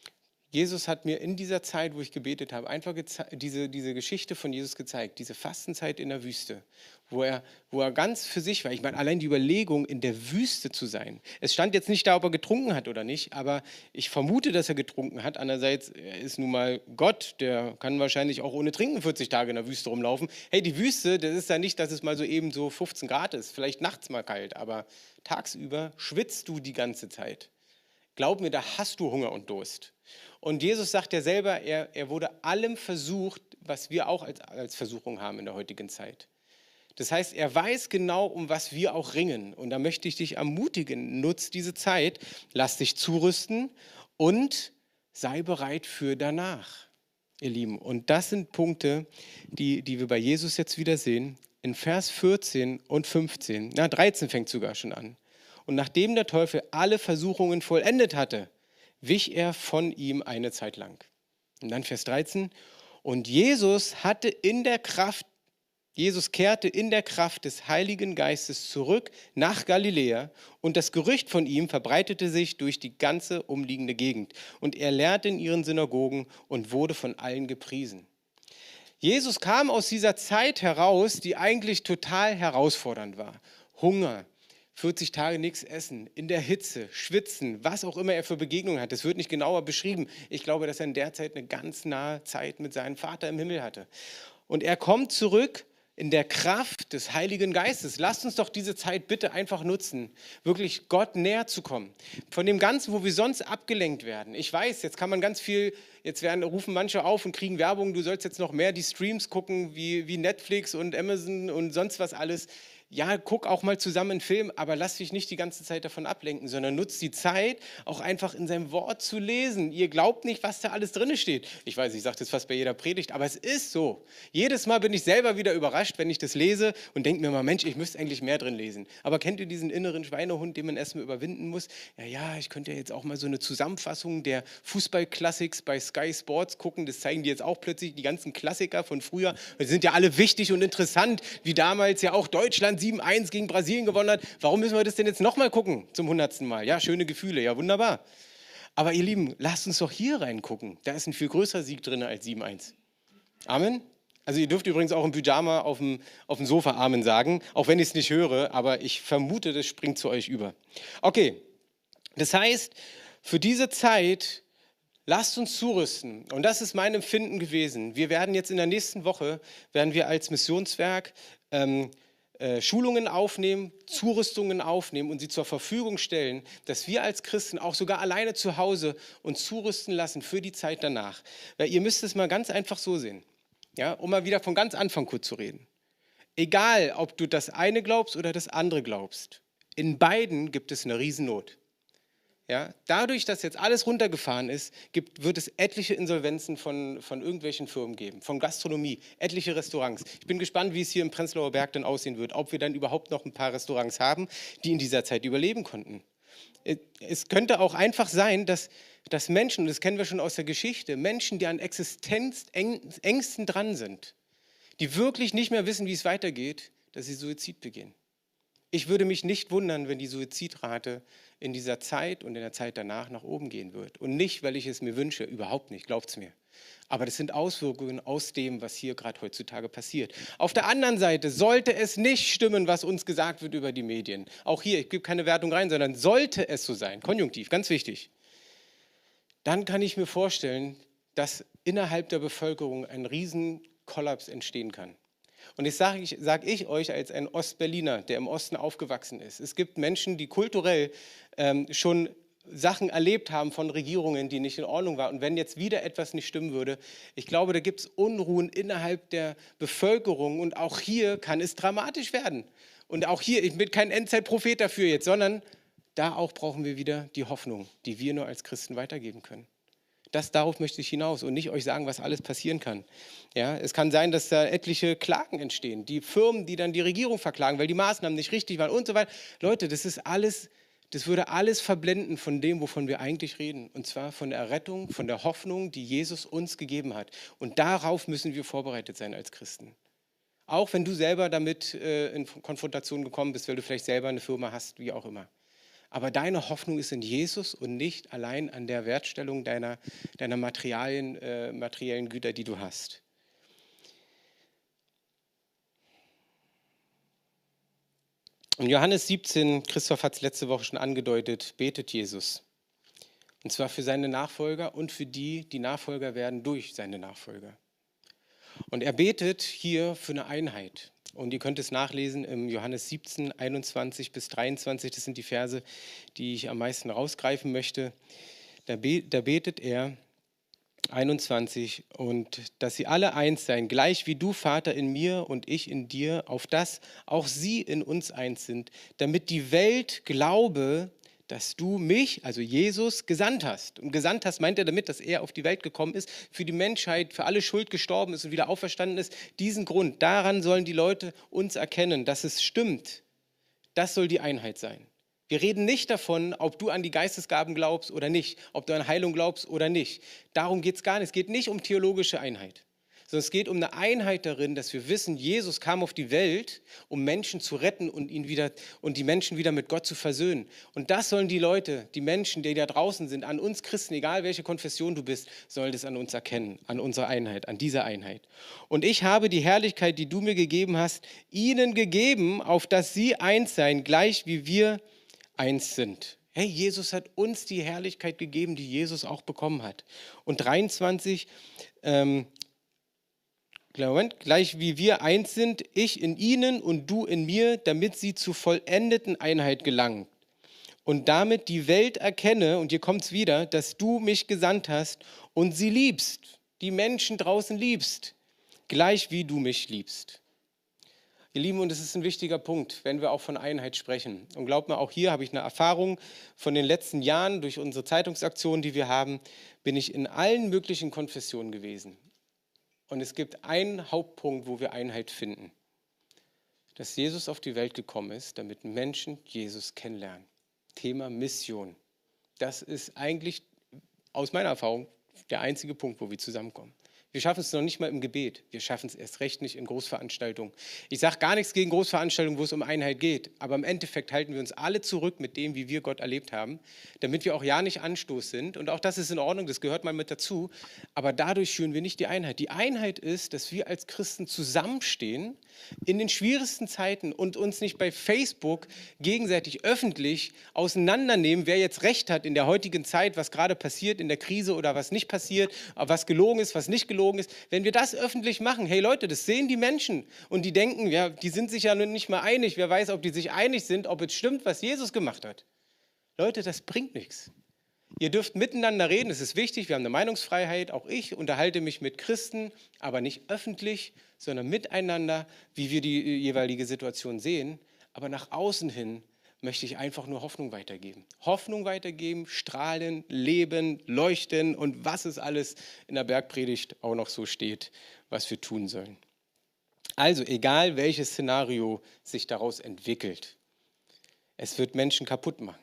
Jesus hat mir in dieser Zeit, wo ich gebetet habe, einfach diese, diese Geschichte von Jesus gezeigt, diese Fastenzeit in der Wüste, wo er, wo er ganz für sich war. Ich meine, allein die Überlegung, in der Wüste zu sein. Es stand jetzt nicht da, ob er getrunken hat oder nicht, aber ich vermute, dass er getrunken hat. Andererseits, er ist nun mal Gott, der kann wahrscheinlich auch ohne Trinken vierzig Tage in der Wüste rumlaufen. Hey, die Wüste, das ist ja nicht, dass es mal so eben so fünfzehn Grad ist, vielleicht nachts mal kalt, aber tagsüber schwitzt du die ganze Zeit. Glaub mir, da hast du Hunger und Durst. Und Jesus sagt ja selber, er, er wurde allem versucht, was wir auch als, als Versuchung haben in der heutigen Zeit. Das heißt, er weiß genau, um was wir auch ringen. Und da möchte ich dich ermutigen, nutz diese Zeit, lass dich zurüsten und sei bereit für danach, ihr Lieben. Und das sind Punkte, die, die wir bei Jesus jetzt wieder sehen. In Vers vierzehn und fünfzehn, na dreizehn fängt sogar schon an. Und nachdem der Teufel alle Versuchungen vollendet hatte, wich er von ihm eine Zeit lang. Und dann Vers dreizehn. Und Jesus hatte in der Kraft, Jesus kehrte in der Kraft des Heiligen Geistes zurück nach Galiläa und das Gerücht von ihm verbreitete sich durch die ganze umliegende Gegend. Und er lehrte in ihren Synagogen und wurde von allen gepriesen. Jesus kam aus dieser Zeit heraus, die eigentlich total herausfordernd war. Hunger, vierzig Tage nichts essen, in der Hitze, schwitzen, was auch immer er für Begegnungen hat. Das wird nicht genauer beschrieben. Ich glaube, dass er in der Zeit eine ganz nahe Zeit mit seinem Vater im Himmel hatte. Und er kommt zurück in der Kraft des Heiligen Geistes. Lasst uns doch diese Zeit bitte einfach nutzen, wirklich Gott näher zu kommen. Von dem Ganzen, wo wir sonst abgelenkt werden. Ich weiß, jetzt kann man ganz viel, jetzt werden, rufen manche auf und kriegen Werbung, du sollst jetzt noch mehr die Streams gucken, wie, wie Netflix und Amazon und sonst was alles. Ja, guck auch mal zusammen einen Film, aber lass dich nicht die ganze Zeit davon ablenken, sondern nutz die Zeit, auch einfach in seinem Wort zu lesen. Ihr glaubt nicht, was da alles drin steht. Ich weiß, ich sage das fast bei jeder Predigt, aber es ist so. Jedes Mal bin ich selber wieder überrascht, wenn ich das lese und denke mir mal, Mensch, ich müsste eigentlich mehr drin lesen. Aber kennt ihr diesen inneren Schweinehund, den man erstmal überwinden muss? Ja, ja, ich könnte ja jetzt auch mal so eine Zusammenfassung der Fußball-Classics bei Sky Sports gucken. Das zeigen die jetzt auch plötzlich, die ganzen Klassiker von früher. Die sind ja alle wichtig und interessant, wie damals ja auch Deutschland sieben eins gegen Brasilien gewonnen hat. Warum müssen wir das denn jetzt nochmal gucken zum hundertsten Mal? Ja, schöne Gefühle, ja wunderbar. Aber ihr Lieben, lasst uns doch hier reingucken. Da ist ein viel größerer Sieg drin als sieben eins. Amen. Also ihr dürft übrigens auch im Pyjama auf dem, auf dem Sofa Amen sagen, auch wenn ich es nicht höre, aber ich vermute, das springt zu euch über. Okay, das heißt, für diese Zeit lasst uns zurüsten. Und das ist mein Empfinden gewesen. Wir werden jetzt in der nächsten Woche, werden wir als Missionswerk ähm, äh, Schulungen aufnehmen, Zurüstungen aufnehmen und sie zur Verfügung stellen, dass wir als Christen auch sogar alleine zu Hause uns zurüsten lassen für die Zeit danach. Weil ihr müsst es mal ganz einfach so sehen, ja, um mal wieder von ganz Anfang kurz zu reden. Egal, ob du das eine glaubst oder das andere glaubst, in beiden gibt es eine Riesennot. Ja, dadurch, dass jetzt alles runtergefahren ist, gibt, wird es etliche Insolvenzen von, von irgendwelchen Firmen geben, von Gastronomie, etliche Restaurants. Ich bin gespannt, wie es hier im Prenzlauer Berg dann aussehen wird, ob wir dann überhaupt noch ein paar Restaurants haben, die in dieser Zeit überleben konnten. Es könnte auch einfach sein, dass, dass Menschen, und das kennen wir schon aus der Geschichte, Menschen, die an Existenzängsten dran sind, die wirklich nicht mehr wissen, wie es weitergeht, dass sie Suizid begehen. Ich würde mich nicht wundern, wenn die Suizidrate in dieser Zeit und in der Zeit danach nach oben gehen wird. Und nicht, weil ich es mir wünsche, überhaupt nicht, glaubt es mir. Aber das sind Auswirkungen aus dem, was hier gerade heutzutage passiert. Auf der anderen Seite sollte es nicht stimmen, was uns gesagt wird über die Medien. Auch hier, ich gebe keine Wertung rein, sondern sollte es so sein, konjunktiv, ganz wichtig. Dann kann ich mir vorstellen, dass innerhalb der Bevölkerung ein Riesenkollaps entstehen kann. Und das sage ich, sag ich euch als ein Ostberliner, der im Osten aufgewachsen ist. Es gibt Menschen, die kulturell ähm, schon Sachen erlebt haben von Regierungen, die nicht in Ordnung waren. Und wenn jetzt wieder etwas nicht stimmen würde, ich glaube, da gibt es Unruhen innerhalb der Bevölkerung. Und auch hier kann es dramatisch werden. Und auch hier, ich bin kein Endzeitprophet dafür jetzt, sondern da auch brauchen wir wieder die Hoffnung, die wir nur als Christen weitergeben können. Das, darauf möchte ich hinaus und nicht euch sagen, was alles passieren kann. Ja, es kann sein, dass da etliche Klagen entstehen. Die Firmen, die dann die Regierung verklagen, weil die Maßnahmen nicht richtig waren und so weiter. Leute, das ist alles, das würde alles verblenden von dem, wovon wir eigentlich reden. Und zwar von der Errettung, von der Hoffnung, die Jesus uns gegeben hat. Und darauf müssen wir vorbereitet sein als Christen. Auch wenn du selber damit äh, in Konfrontation gekommen bist, weil du vielleicht selber eine Firma hast, wie auch immer. Aber deine Hoffnung ist in Jesus und nicht allein an der Wertstellung deiner, deiner Materialien, äh, materiellen Güter, die du hast. In Johannes siebzehn, Christoph hat es letzte Woche schon angedeutet, betet Jesus. Und zwar für seine Nachfolger und für die, die Nachfolger werden durch seine Nachfolger. Und er betet hier für eine Einheit. Und ihr könnt es nachlesen im Johannes siebzehn, einundzwanzig bis dreiundzwanzig. Das sind die Verse, die ich am meisten rausgreifen möchte. Da, be- da betet er, einundzwanzig, und dass sie alle eins seien, gleich wie du, Vater, in mir und ich in dir, auf dass auch sie in uns eins sind, damit die Welt glaube, dass du mich, also Jesus, gesandt hast. Und gesandt hast meint er damit, dass er auf die Welt gekommen ist, für die Menschheit, für alle Schuld gestorben ist und wieder auferstanden ist. Diesen Grund, daran sollen die Leute uns erkennen, dass es stimmt. Das soll die Einheit sein. Wir reden nicht davon, ob du an die Geistesgaben glaubst oder nicht, ob du an Heilung glaubst oder nicht. Darum geht es gar nicht. Es geht nicht um theologische Einheit, sondern es geht um eine Einheit darin, dass wir wissen, Jesus kam auf die Welt, um Menschen zu retten und, ihn wieder, und die Menschen wieder mit Gott zu versöhnen. Und das sollen die Leute, die Menschen, die da draußen sind, an uns Christen, egal welche Konfession du bist, sollen das an uns erkennen, an unserer Einheit, an dieser Einheit. Und ich habe die Herrlichkeit, die du mir gegeben hast, ihnen gegeben, auf dass sie eins seien, gleich wie wir eins sind. Hey, Jesus hat uns die Herrlichkeit gegeben, die Jesus auch bekommen hat. Und dreiundzwanzig, ähm, Moment, gleich wie wir eins sind, ich in ihnen und du in mir, damit sie zur vollendeten Einheit gelangen. Und damit die Welt erkenne, und hier kommt es wieder, dass du mich gesandt hast und sie liebst, die Menschen draußen liebst, gleich wie du mich liebst. Ihr Lieben, und das ist ein wichtiger Punkt, wenn wir auch von Einheit sprechen. Und glaubt mir, auch hier habe ich eine Erfahrung von den letzten Jahren, durch unsere Zeitungsaktionen, die wir haben, bin ich in allen möglichen Konfessionen gewesen. Und es gibt einen Hauptpunkt, wo wir Einheit finden. Dass Jesus auf die Welt gekommen ist, damit Menschen Jesus kennenlernen. Thema Mission. Das ist eigentlich aus meiner Erfahrung der einzige Punkt, wo wir zusammenkommen. Wir schaffen es noch nicht mal im Gebet. Wir schaffen es erst recht nicht in Großveranstaltungen. Ich sage gar nichts gegen Großveranstaltungen, wo es um Einheit geht. Aber im Endeffekt halten wir uns alle zurück mit dem, wie wir Gott erlebt haben, damit wir auch ja nicht Anstoß sind. Und auch das ist in Ordnung, das gehört mal mit dazu. Aber dadurch führen wir nicht die Einheit. Die Einheit ist, dass wir als Christen zusammenstehen in den schwierigsten Zeiten und uns nicht bei Facebook gegenseitig öffentlich auseinandernehmen, wer jetzt recht hat in der heutigen Zeit, was gerade passiert in der Krise oder was nicht passiert, was gelogen ist, was nicht gelogen ist. Wenn wir das öffentlich machen, hey Leute, das sehen die Menschen und die denken, ja, die sind sich ja nicht mal einig. Wer weiß, ob die sich einig sind, ob es stimmt, was Jesus gemacht hat. Leute, das bringt nichts. Ihr dürft miteinander reden, das ist wichtig, wir haben eine Meinungsfreiheit, auch ich unterhalte mich mit Christen, aber nicht öffentlich, sondern miteinander, wie wir die jeweilige Situation sehen. Aber nach außen hin möchte ich einfach nur Hoffnung weitergeben. Hoffnung weitergeben, strahlen, leben, leuchten und was es alles in der Bergpredigt auch noch so steht, was wir tun sollen. Also egal, welches Szenario sich daraus entwickelt, es wird Menschen kaputt machen.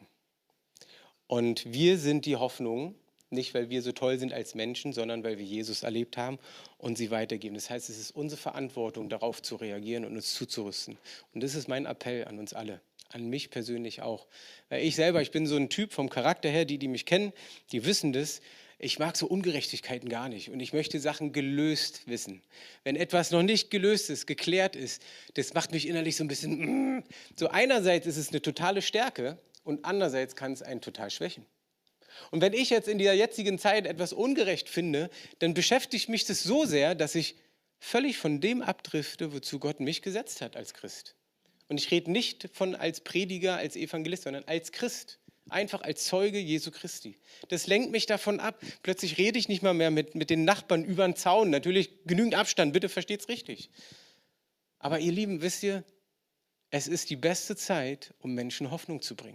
Und wir sind die Hoffnung, nicht weil wir so toll sind als Menschen, sondern weil wir Jesus erlebt haben und sie weitergeben. Das heißt, es ist unsere Verantwortung, darauf zu reagieren und uns zuzurüsten. Und das ist mein Appell an uns alle, an mich persönlich auch. Weil ich selber, ich bin so ein Typ vom Charakter her, die, die mich kennen, die wissen das, ich mag so Ungerechtigkeiten gar nicht und ich möchte Sachen gelöst wissen. Wenn etwas noch nicht gelöst ist, geklärt ist, das macht mich innerlich so ein bisschen, mm. so einerseits ist es eine totale Stärke, und andererseits kann es einen total schwächen. Und wenn ich jetzt in dieser jetzigen Zeit etwas ungerecht finde, dann beschäftigt mich das so sehr, dass ich völlig von dem abdrifte, wozu Gott mich gesetzt hat als Christ. Und ich rede nicht von als Prediger, als Evangelist, sondern als Christ. Einfach als Zeuge Jesu Christi. Das lenkt mich davon ab. Plötzlich rede ich nicht mal mehr mit, mit den Nachbarn über den Zaun. Natürlich genügend Abstand, bitte versteht's richtig. Aber ihr Lieben, wisst ihr, es ist die beste Zeit, um Menschen Hoffnung zu bringen.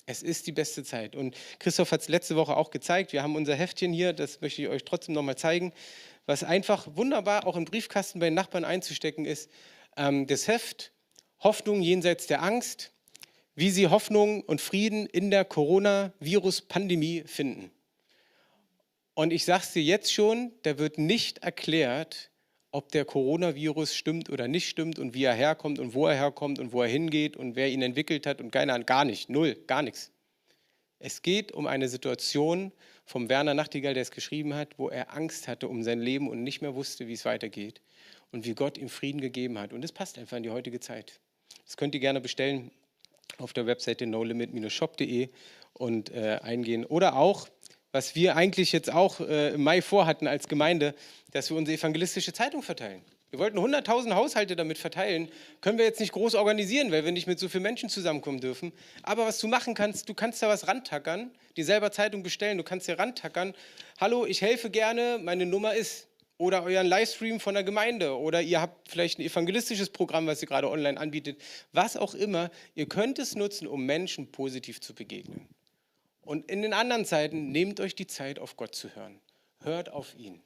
Es ist die beste Zeit. Und Christoph hat es letzte Woche auch gezeigt. Wir haben unser Heftchen hier, das möchte ich euch trotzdem nochmal zeigen, was einfach wunderbar auch im Briefkasten bei den Nachbarn einzustecken ist. Ähm, das Heft Hoffnung jenseits der Angst, wie sie Hoffnung und Frieden in der Coronavirus-Pandemie finden. Und ich sage es dir jetzt schon, da wird nicht erklärt, ob der Coronavirus stimmt oder nicht stimmt und wie er herkommt und wo er herkommt und wo er hingeht und wer ihn entwickelt hat und keiner, gar nicht, null, gar nichts. Es geht um eine Situation vom Werner Nachtigall, der es geschrieben hat, wo er Angst hatte um sein Leben und nicht mehr wusste, wie es weitergeht und wie Gott ihm Frieden gegeben hat. Und es passt einfach in die heutige Zeit. Das könnt ihr gerne bestellen auf der Webseite no limit dash shop punkt de und äh, eingehen. Oder auch, was wir eigentlich jetzt auch äh, im Mai vorhatten als Gemeinde, dass wir unsere evangelistische Zeitung verteilen. Wir wollten hunderttausend Haushalte damit verteilen. Können wir jetzt nicht groß organisieren, weil wir nicht mit so vielen Menschen zusammenkommen dürfen. Aber was du machen kannst, du kannst da was rantackern, dir selber Zeitung bestellen, du kannst dir rantackern. Hallo, ich helfe gerne, meine Nummer ist. Oder euren Livestream von der Gemeinde. Oder ihr habt vielleicht ein evangelistisches Programm, was ihr gerade online anbietet. Was auch immer. Ihr könnt es nutzen, um Menschen positiv zu begegnen. Und in den anderen Zeiten nehmt euch die Zeit, auf Gott zu hören. Hört auf ihn.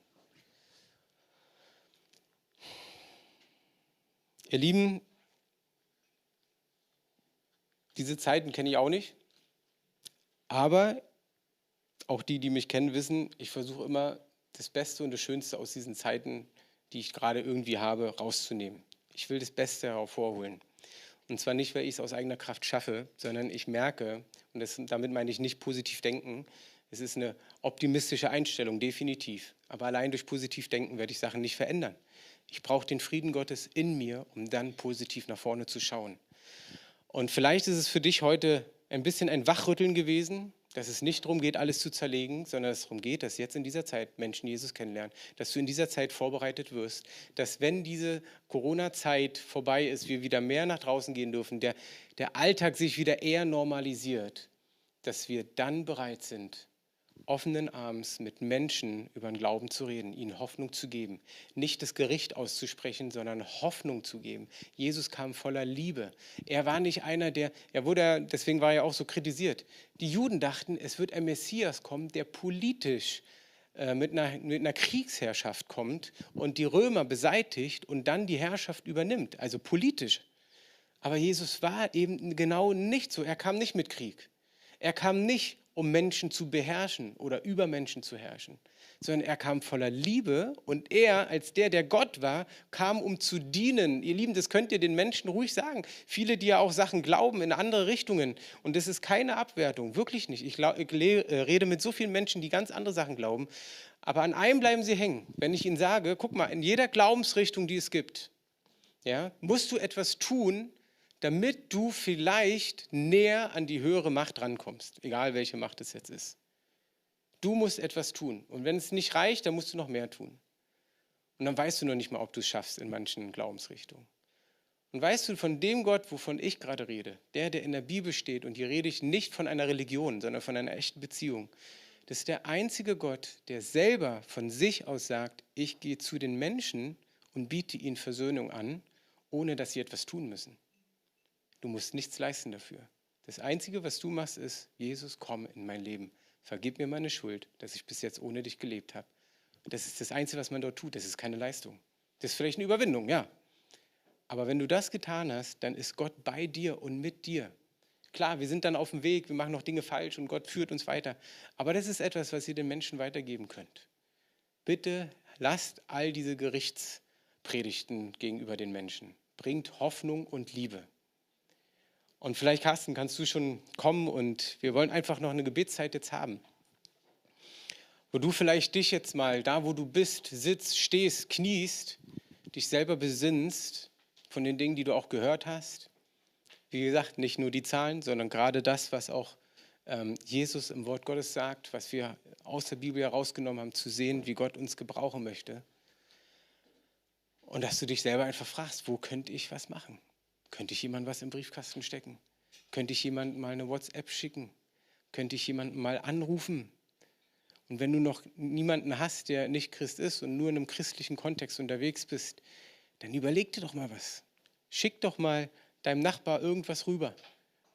Ihr Lieben, diese Zeiten kenne ich auch nicht. Aber auch die, die mich kennen, wissen, ich versuche immer, das Beste und das Schönste aus diesen Zeiten, die ich gerade irgendwie habe, rauszunehmen. Ich will das Beste hervorholen. Und zwar nicht, weil ich es aus eigener Kraft schaffe, sondern ich merke, und das, damit meine ich nicht positiv denken, es ist eine optimistische Einstellung, definitiv. Aber allein durch positiv denken werde ich Sachen nicht verändern. Ich brauche den Frieden Gottes in mir, um dann positiv nach vorne zu schauen. Und vielleicht ist es für dich heute ein bisschen ein Wachrütteln gewesen, dass es nicht darum geht, alles zu zerlegen, sondern dass es darum geht, dass jetzt in dieser Zeit Menschen Jesus kennenlernen, dass du in dieser Zeit vorbereitet wirst, dass wenn diese Corona-Zeit vorbei ist, wir wieder mehr nach draußen gehen dürfen, der, der Alltag sich wieder eher normalisiert, dass wir dann bereit sind, offenen Arms mit Menschen über den Glauben zu reden, ihnen Hoffnung zu geben. Nicht das Gericht auszusprechen, sondern Hoffnung zu geben. Jesus kam voller Liebe. Er war nicht einer, der, er wurde, deswegen war er auch so kritisiert. Die Juden dachten, es wird ein Messias kommen, der politisch äh, mit, einer, mit einer Kriegsherrschaft kommt und die Römer beseitigt und dann die Herrschaft übernimmt, also politisch. Aber Jesus war eben genau nicht so. Er kam nicht mit Krieg. Er kam nicht, um Menschen zu beherrschen oder über Menschen zu herrschen, sondern er kam voller Liebe und er, als der, der Gott war, kam, um zu dienen. Ihr Lieben, das könnt ihr den Menschen ruhig sagen. Viele, die ja auch Sachen glauben in andere Richtungen und das ist keine Abwertung, wirklich nicht. Ich, glaub, ich rede mit so vielen Menschen, die ganz andere Sachen glauben, aber an einem bleiben sie hängen. Wenn ich ihnen sage, guck mal, in jeder Glaubensrichtung, die es gibt, ja, musst du etwas tun, damit du vielleicht näher an die höhere Macht rankommst, egal welche Macht es jetzt ist. Du musst etwas tun. Und wenn es nicht reicht, dann musst du noch mehr tun. Und dann weißt du noch nicht mal, ob du es schaffst in manchen Glaubensrichtungen. Und weißt du, von dem Gott, wovon ich gerade rede, der, der in der Bibel steht, und hier rede ich nicht von einer Religion, sondern von einer echten Beziehung, das ist der einzige Gott, der selber von sich aus sagt, ich gehe zu den Menschen und biete ihnen Versöhnung an, ohne dass sie etwas tun müssen. Du musst nichts leisten dafür. Das Einzige, was du machst, ist, Jesus, komm in mein Leben. Vergib mir meine Schuld, dass ich bis jetzt ohne dich gelebt habe. Das ist das Einzige, was man dort tut. Das ist keine Leistung. Das ist vielleicht eine Überwindung, ja. Aber wenn du das getan hast, dann ist Gott bei dir und mit dir. Klar, wir sind dann auf dem Weg, wir machen noch Dinge falsch und Gott führt uns weiter. Aber das ist etwas, was ihr den Menschen weitergeben könnt. Bitte lasst all diese Gerichtspredigten gegenüber den Menschen. Bringt Hoffnung und Liebe. Und vielleicht, Carsten, kannst du schon kommen und wir wollen einfach noch eine Gebetszeit jetzt haben. Wo du vielleicht dich jetzt mal, da wo du bist, sitzt, stehst, kniest, dich selber besinnst von den Dingen, die du auch gehört hast. Wie gesagt, nicht nur die Zahlen, sondern gerade das, was auch ähm, Jesus im Wort Gottes sagt, was wir aus der Bibel herausgenommen haben, zu sehen, wie Gott uns gebrauchen möchte. Und dass du dich selber einfach fragst, wo könnte ich was machen? Könnte ich jemandem was im Briefkasten stecken? Könnte ich jemandem mal eine WhatsApp schicken? Könnte ich jemanden mal anrufen? Und wenn du noch niemanden hast, der nicht Christ ist und nur in einem christlichen Kontext unterwegs bist, dann überleg dir doch mal was. Schick doch mal deinem Nachbar irgendwas rüber.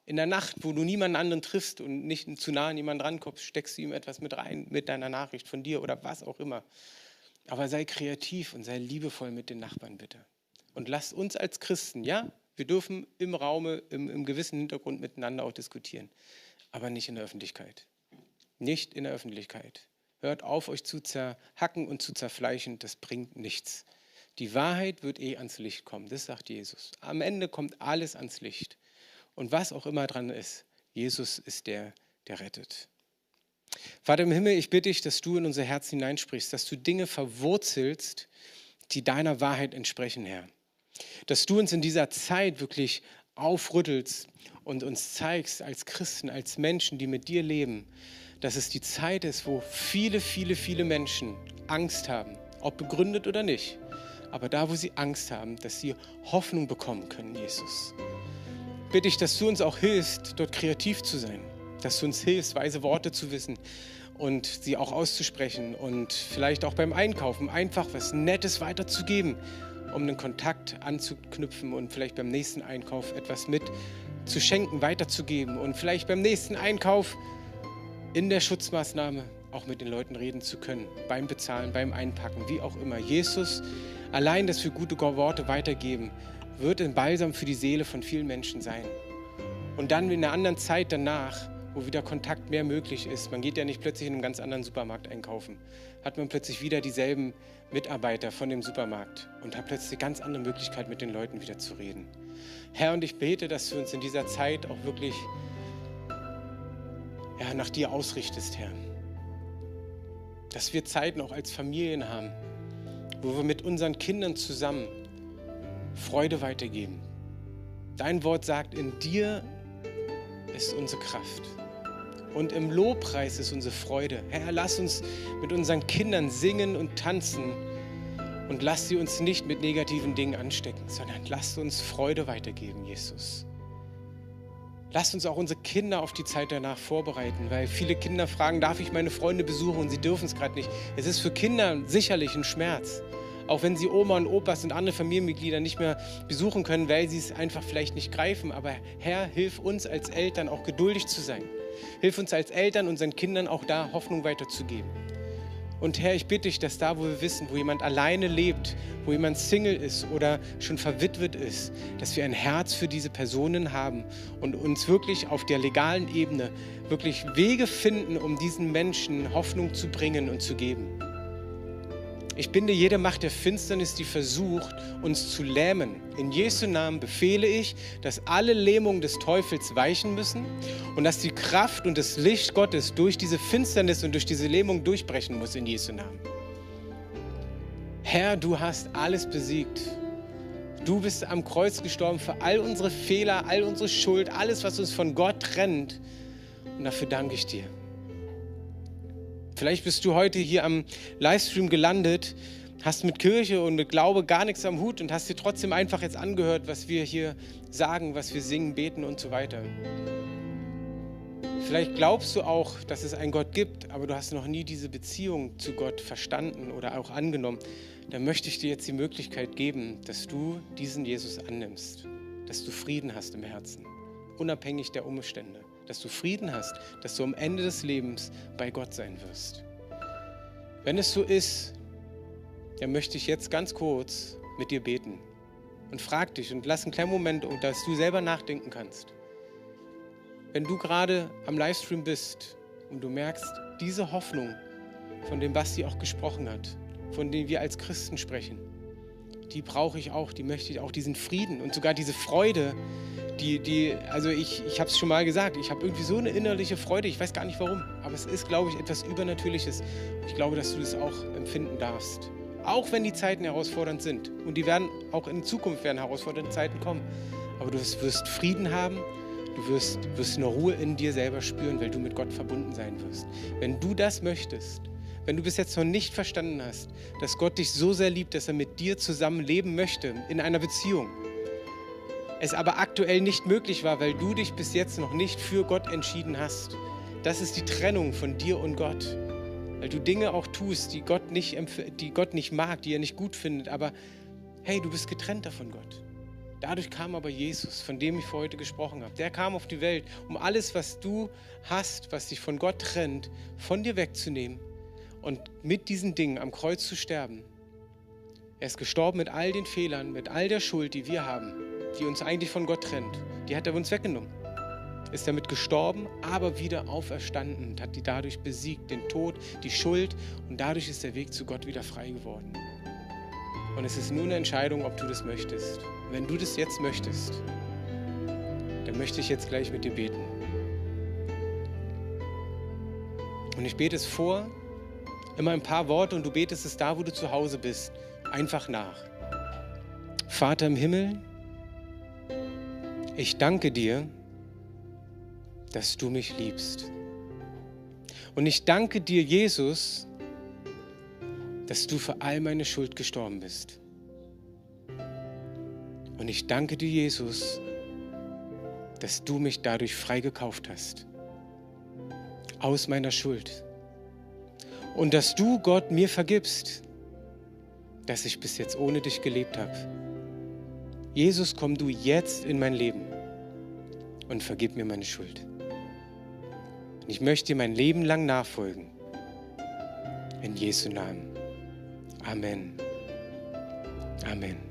In der Nacht, wo du niemanden anderen triffst und nicht zu nah an jemanden rankommst, steckst du ihm etwas mit rein, mit deiner Nachricht von dir oder was auch immer. Aber sei kreativ und sei liebevoll mit den Nachbarn, bitte. Und lasst uns als Christen, ja, wir dürfen im Raume, im, im gewissen Hintergrund miteinander auch diskutieren, aber nicht in der Öffentlichkeit. Nicht in der Öffentlichkeit. Hört auf, euch zu zerhacken und zu zerfleischen, das bringt nichts. Die Wahrheit wird eh ans Licht kommen, das sagt Jesus. Am Ende kommt alles ans Licht. Und was auch immer dran ist, Jesus ist der, der rettet. Vater im Himmel, ich bitte dich, dass du in unser Herz hineinsprichst, dass du Dinge verwurzelst, die deiner Wahrheit entsprechen, Herr. Dass du uns in dieser Zeit wirklich aufrüttelst und uns zeigst als Christen, als Menschen, die mit dir leben, dass es die Zeit ist, wo viele, viele, viele Menschen Angst haben, ob begründet oder nicht. Aber da, wo sie Angst haben, dass sie Hoffnung bekommen können, Jesus. Bitte ich, dass du uns auch hilfst, dort kreativ zu sein. Dass du uns hilfst, weise Worte zu wissen und sie auch auszusprechen. Und vielleicht auch beim Einkaufen einfach was Nettes weiterzugeben, um einen Kontakt anzuknüpfen und vielleicht beim nächsten Einkauf etwas mit zu schenken, weiterzugeben. Und vielleicht beim nächsten Einkauf in der Schutzmaßnahme auch mit den Leuten reden zu können. Beim Bezahlen, beim Einpacken, wie auch immer. Jesus, allein, dass wir gute Worte weitergeben, wird ein Balsam für die Seele von vielen Menschen sein. Und dann in einer anderen Zeit danach, wo wieder Kontakt mehr möglich ist, man geht ja nicht plötzlich in einem ganz anderen Supermarkt einkaufen, hat man plötzlich wieder dieselben Mitarbeiter von dem Supermarkt und hat plötzlich eine ganz andere Möglichkeit, mit den Leuten wieder zu reden. Herr, und ich bete, dass du uns in dieser Zeit auch wirklich ja, nach dir ausrichtest, Herr. Dass wir Zeiten auch als Familien haben, wo wir mit unseren Kindern zusammen Freude weitergeben. Dein Wort sagt, in dir ist unsere Kraft. Und im Lobpreis ist unsere Freude. Herr, lass uns mit unseren Kindern singen und tanzen und lass sie uns nicht mit negativen Dingen anstecken, sondern lass uns Freude weitergeben, Jesus. Lass uns auch unsere Kinder auf die Zeit danach vorbereiten, weil viele Kinder fragen, darf ich meine Freunde besuchen und sie dürfen es gerade nicht. Es ist für Kinder sicherlich ein Schmerz. Auch wenn sie Oma und Opas und andere Familienmitglieder nicht mehr besuchen können, weil sie es einfach vielleicht nicht greifen. Aber Herr, hilf uns als Eltern auch geduldig zu sein. Hilf uns als Eltern, unseren Kindern auch da Hoffnung weiterzugeben. Und Herr, ich bitte dich, dass da, wo wir wissen, wo jemand alleine lebt, wo jemand Single ist oder schon verwitwet ist, dass wir ein Herz für diese Personen haben und uns wirklich auf der legalen Ebene wirklich Wege finden, um diesen Menschen Hoffnung zu bringen und zu geben. Ich binde jede Macht der Finsternis, die versucht, uns zu lähmen. In Jesu Namen befehle ich, dass alle Lähmungen des Teufels weichen müssen und dass die Kraft und das Licht Gottes durch diese Finsternis und durch diese Lähmung durchbrechen muss in Jesu Namen. Herr, du hast alles besiegt. Du bist am Kreuz gestorben für all unsere Fehler, all unsere Schuld, alles, was uns von Gott trennt. Und dafür danke ich dir. Vielleicht bist du heute hier am Livestream gelandet, hast mit Kirche und mit Glaube gar nichts am Hut und hast dir trotzdem einfach jetzt angehört, was wir hier sagen, was wir singen, beten und so weiter. Vielleicht glaubst du auch, dass es einen Gott gibt, aber du hast noch nie diese Beziehung zu Gott verstanden oder auch angenommen. Dann möchte ich dir jetzt die Möglichkeit geben, dass du diesen Jesus annimmst, dass du Frieden hast im Herzen, unabhängig der Umstände. Dass du Frieden hast, dass du am Ende des Lebens bei Gott sein wirst. Wenn es so ist, dann möchte ich jetzt ganz kurz mit dir beten und frag dich und lass einen kleinen Moment, dass du selber nachdenken kannst. Wenn du gerade am Livestream bist und du merkst, diese Hoffnung, von dem Basti auch gesprochen hat, von dem wir als Christen sprechen, die brauche ich auch, die möchte ich auch, diesen Frieden und sogar diese Freude, die, die, also ich, ich habe es schon mal gesagt, ich habe irgendwie so eine innerliche Freude, ich weiß gar nicht warum, aber es ist, glaube ich, etwas Übernatürliches. Ich glaube, dass du das auch empfinden darfst. Auch wenn die Zeiten herausfordernd sind und die werden auch in Zukunft werden herausfordernde Zeiten kommen, aber du wirst Frieden haben, du wirst, wirst eine Ruhe in dir selber spüren, weil du mit Gott verbunden sein wirst. Wenn du das möchtest, wenn du bis jetzt noch nicht verstanden hast, dass Gott dich so sehr liebt, dass er mit dir zusammen leben möchte, in einer Beziehung, es aber aktuell nicht möglich war, weil du dich bis jetzt noch nicht für Gott entschieden hast. Das ist die Trennung von dir und Gott. Weil du Dinge auch tust, die Gott nicht, die Gott nicht mag, die er nicht gut findet. Aber hey, du bist getrennt von Gott. Dadurch kam aber Jesus, von dem ich für heute gesprochen habe. Der kam auf die Welt, um alles, was du hast, was dich von Gott trennt, von dir wegzunehmen und mit diesen Dingen am Kreuz zu sterben. Er ist gestorben mit all den Fehlern, mit all der Schuld, die wir haben, die uns eigentlich von Gott trennt. Die hat er uns weggenommen. Ist damit gestorben, aber wieder auferstanden und hat die dadurch besiegt, den Tod, die Schuld, und dadurch ist der Weg zu Gott wieder frei geworden. Und es ist nur eine Entscheidung, ob du das möchtest. Wenn du das jetzt möchtest, dann möchte ich jetzt gleich mit dir beten. Und ich bete es vor, immer ein paar Worte, und du betest es da, wo du zu Hause bist, einfach nach. Vater im Himmel, ich danke dir, dass du mich liebst. Und ich danke dir, Jesus, dass du für all meine Schuld gestorben bist. Und ich danke dir, Jesus, dass du mich dadurch frei gekauft hast. Aus meiner Schuld. Und dass du, Gott, mir vergibst, dass ich bis jetzt ohne dich gelebt habe. Jesus, komm du jetzt in mein Leben und vergib mir meine Schuld. Ich möchte dir mein Leben lang nachfolgen. In Jesu Namen. Amen. Amen.